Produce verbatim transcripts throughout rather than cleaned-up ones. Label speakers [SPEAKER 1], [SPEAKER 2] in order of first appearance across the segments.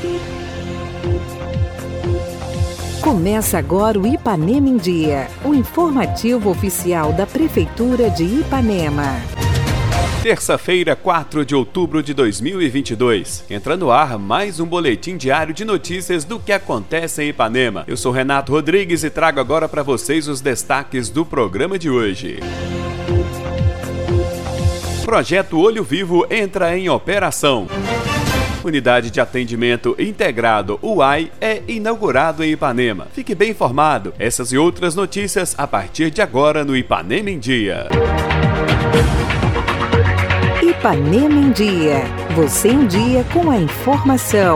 [SPEAKER 1] Começa agora o Ipanema em Dia, o informativo oficial da Prefeitura de Ipanema.
[SPEAKER 2] Terça-feira, quatro de outubro de dois mil e vinte e dois. Entra no ar mais um boletim diário de notícias do que acontece em Ipanema. Eu sou Renato Rodrigues e trago agora para vocês os destaques do programa de hoje. Projeto Olho Vivo entra em operação. Unidade de Atendimento Integrado, U A I, é inaugurado em Ipanema. Fique bem informado. Essas e outras notícias a partir de agora no Ipanema em Dia.
[SPEAKER 1] Ipanema em Dia. Você em dia com a informação.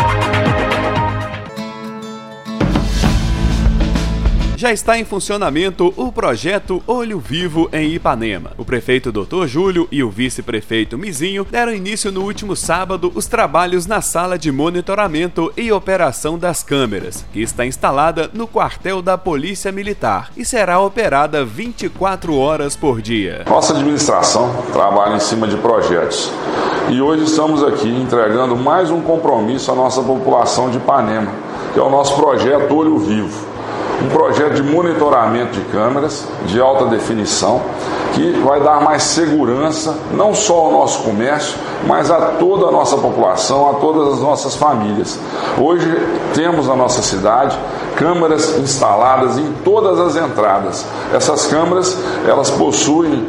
[SPEAKER 2] Já está em funcionamento o projeto Olho Vivo em Ipanema. O prefeito doutor Júlio e o vice-prefeito Mizinho deram início no último sábado os trabalhos na sala de monitoramento e operação das câmeras, que está instalada no quartel da Polícia Militar e será operada vinte e quatro horas por dia.
[SPEAKER 3] Nossa administração trabalha em cima de projetos e hoje estamos aqui entregando mais um compromisso à nossa população de Ipanema, que é o nosso projeto Olho Vivo. Um projeto de monitoramento de câmeras de alta definição que vai dar mais segurança não só ao nosso comércio, mas a toda a nossa população, a todas as nossas famílias. Hoje temos na nossa cidade câmeras instaladas em todas as entradas. Essas câmeras, elas possuem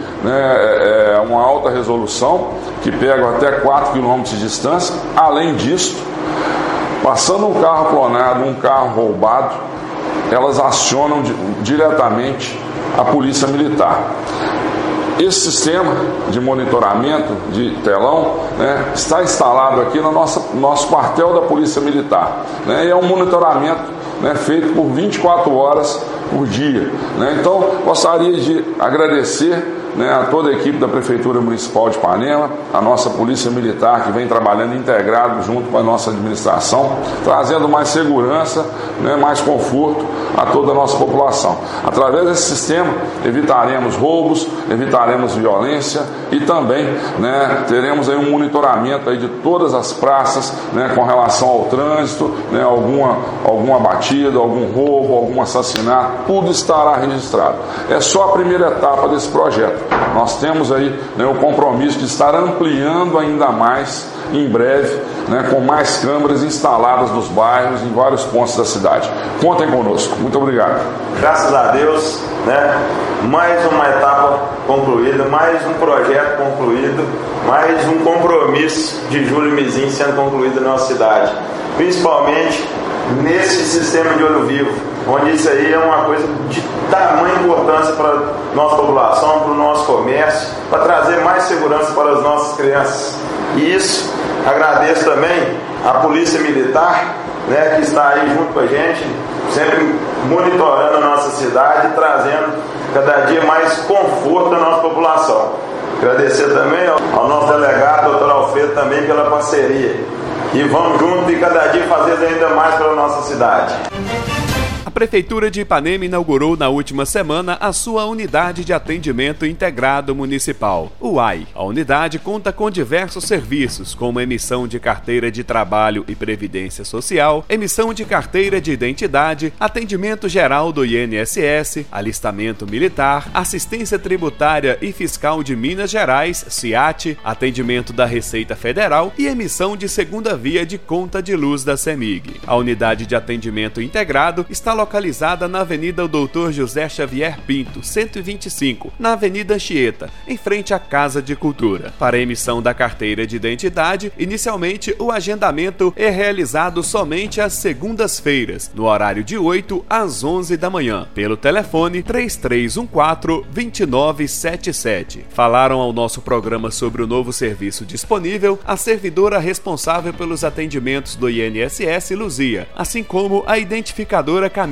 [SPEAKER 3] né, é, uma alta resolução que pegam até quatro quilômetros de distância. Além disso, passando um carro clonado, um carro roubado, elas acionam diretamente a Polícia Militar. Esse sistema de monitoramento de telão né, está instalado aqui no nosso, nosso quartel da Polícia Militar. Né, e é um monitoramento né, feito por vinte e quatro horas por dia. Né. Então, gostaria de agradecer né, a toda a equipe da Prefeitura Municipal de Ipanema, a nossa Polícia Militar que vem trabalhando integrado junto com a nossa administração, trazendo mais segurança, né, mais conforto a toda a nossa população. Através desse sistema evitaremos roubos, evitaremos violência e também né, teremos aí um monitoramento aí de todas as praças né, com relação ao trânsito, né, alguma, alguma batida, algum roubo, algum assassinato, tudo estará registrado. É só a primeira etapa desse projeto. Nós temos aí né, o compromisso de estar ampliando ainda mais em breve, né, com mais câmeras instaladas nos bairros, em vários pontos da cidade. Contem conosco. Muito obrigado.
[SPEAKER 4] Graças a Deus, né, mais uma etapa concluída, mais um projeto concluído, mais um compromisso de Júlio Mizinho sendo concluído na nossa cidade. Principalmente nesse sistema de olho vivo, onde isso aí é uma coisa de tamanha importância para a nossa população, para o nosso comércio, para trazer mais segurança para as nossas crianças. E isso, agradeço também à Polícia Militar, né, que está aí junto com a gente, sempre monitorando a nossa cidade e trazendo cada dia mais conforto à nossa população. Agradecer também ao nosso delegado, doutor Alfredo, também pela parceria. E vamos juntos e cada dia fazer ainda mais pela nossa cidade.
[SPEAKER 2] A Prefeitura de Ipanema inaugurou na última semana a sua Unidade de Atendimento Integrado Municipal, U A I. A unidade conta com diversos serviços, como emissão de carteira de trabalho e previdência social, emissão de carteira de identidade, atendimento geral do I N S S, alistamento militar, assistência tributária e fiscal de Minas Gerais, SIAT, atendimento da Receita Federal e emissão de segunda via de conta de luz da CEMIG. A Unidade de Atendimento Integrado está localizada na Avenida doutor José Xavier Pinto, cento e vinte e cinco, na Avenida Anchieta, em frente à Casa de Cultura. Para a emissão da carteira de identidade, inicialmente o agendamento é realizado somente às segundas-feiras, no horário de oito às onze da manhã, pelo telefone três três um quatro, dois nove sete sete. Falaram ao nosso programa sobre o novo serviço disponível a servidora responsável pelos atendimentos do I N S S, Luzia, assim como a identificadora Camila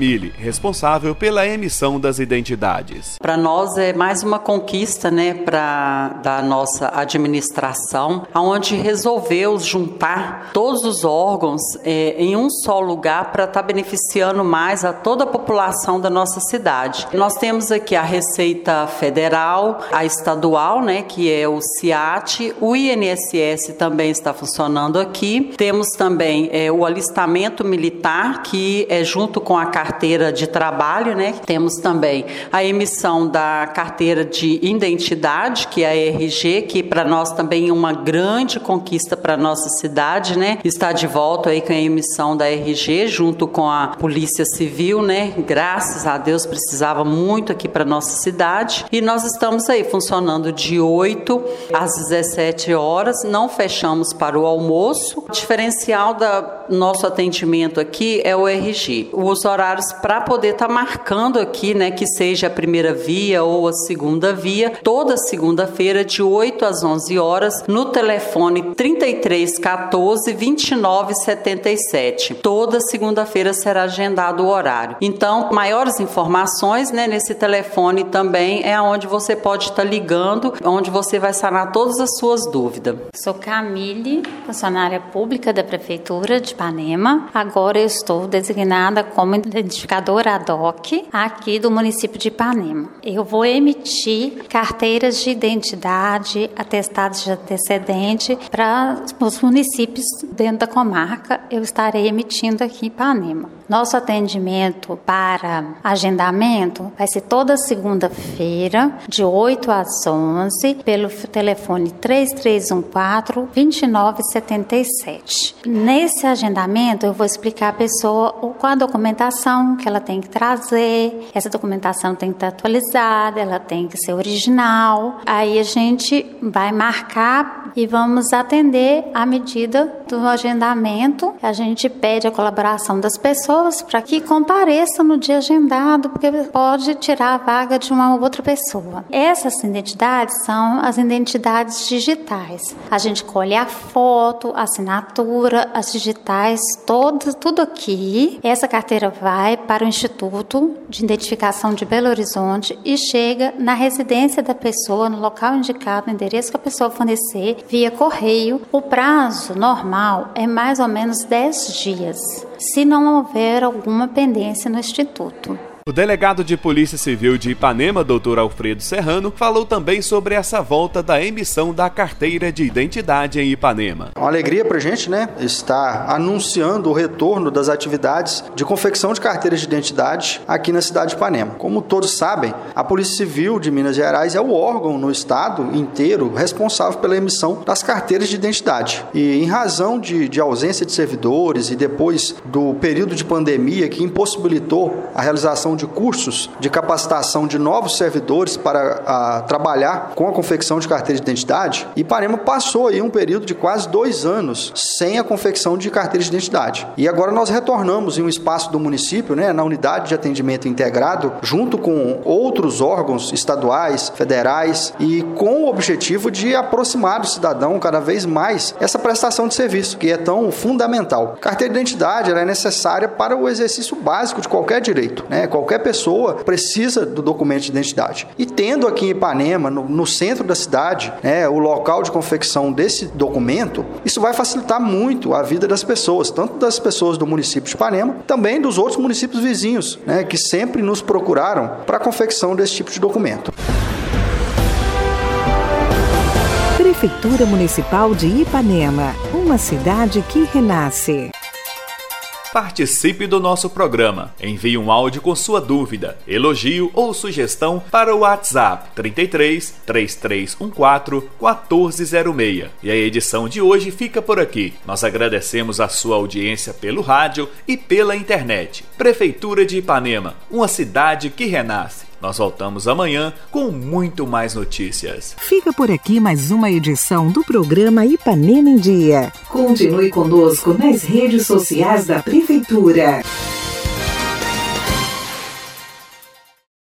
[SPEAKER 2] Camille, responsável pela emissão das identidades.
[SPEAKER 5] Para nós é mais uma conquista, né, para da nossa administração, onde resolveu juntar todos os órgãos é, em um só lugar para estar tá beneficiando mais a toda a população da nossa cidade. Nós temos aqui a Receita Federal, a estadual, né, que é o CIAT, o I N S S também está funcionando aqui. Temos também é, o alistamento militar, que é junto com a carteira de trabalho, né? Temos também a emissão da carteira de identidade, que é a R G, que para nós também é uma grande conquista para a nossa cidade, né? Está de volta aí com a emissão da R G, junto com a Polícia Civil, né? Graças a Deus precisava muito aqui para nossa cidade. E nós estamos aí funcionando de oito às dezessete horas, não fechamos para o almoço. O diferencial do nosso atendimento aqui é o R G. Os horários para poder estar tá marcando aqui, né, que seja a primeira via ou a segunda via, toda segunda-feira de oito às onze horas, no telefone trinta e três, quatorze, vinte e nove, setenta e sete. Toda segunda-feira será agendado o horário. Então, maiores informações, né, nesse telefone também é onde você pode estar tá ligando, onde você vai sanar todas as suas dúvidas.
[SPEAKER 6] Sou Camille, funcionária pública da Prefeitura de Ipanema. Agora eu estou designada como identificadora ad hoc aqui do município de Ipanema. Eu vou emitir carteiras de identidade, atestados de antecedente para os municípios dentro da comarca. Eu estarei emitindo aqui em Ipanema. Nosso atendimento para agendamento vai ser toda segunda-feira, de oito às onze, pelo telefone três três um quatro, dois nove sete sete. Nesse agendamento, eu vou explicar à pessoa qual a documentação que ela tem que trazer. Essa documentação tem que estar atualizada, ela tem que ser original. Aí a gente vai marcar e vamos atender à medida do agendamento. A gente pede a colaboração das pessoas para que compareçam no dia agendado, porque pode tirar a vaga de uma outra pessoa. Essas identidades são as identidades digitais. A gente colhe a foto, a assinatura, as digitais, todo, tudo aqui. Essa carteira vai para o Instituto de Identificação de Belo Horizonte e chega na residência da pessoa, no local indicado, no endereço que a pessoa fornecer, via correio. O prazo normal é mais ou menos dez dias, se não houver alguma pendência no Instituto.
[SPEAKER 2] O delegado de Polícia Civil de Ipanema, doutor Alfredo Serrano, falou também sobre essa volta da emissão da carteira de identidade em Ipanema.
[SPEAKER 7] Uma alegria pra gente, né, estar anunciando o retorno das atividades de confecção de carteiras de identidade aqui na cidade de Ipanema. Como todos sabem, a Polícia Civil de Minas Gerais é o órgão no estado inteiro responsável pela emissão das carteiras de identidade. E em razão de, de ausência de servidores e depois do período de pandemia que impossibilitou a realização de cursos de capacitação de novos servidores para a, trabalhar com a confecção de carteira de identidade, Ipanema passou aí um período de quase dois anos sem a confecção de carteira de identidade. E agora nós retornamos em um espaço do município, né, na unidade de atendimento integrado, junto com outros órgãos estaduais, federais, e com o objetivo de aproximar do cidadão cada vez mais essa prestação de serviço, que é tão fundamental. Carteira de identidade ela é necessária para o exercício básico de qualquer direito, né? Qualquer pessoa precisa do documento de identidade. E tendo aqui em Ipanema, no, no centro da cidade, né, o local de confecção desse documento, isso vai facilitar muito a vida das pessoas, tanto das pessoas do município de Ipanema, também dos outros municípios vizinhos, né, que sempre nos procuraram para a confecção desse tipo de documento.
[SPEAKER 1] Prefeitura Municipal de Ipanema, uma cidade que renasce.
[SPEAKER 2] Participe do nosso programa. Envie um áudio com sua dúvida, elogio ou sugestão para o WhatsApp trinta e três, três três um quatro, quatorze zero seis. E a edição de hoje fica por aqui. Nós agradecemos a sua audiência pelo rádio e pela internet. Prefeitura de Ipanema, uma cidade que renasce. Nós voltamos amanhã com muito mais notícias.
[SPEAKER 1] Fica por aqui mais uma edição do programa Ipanema em Dia. Continue conosco nas redes sociais da Prefeitura.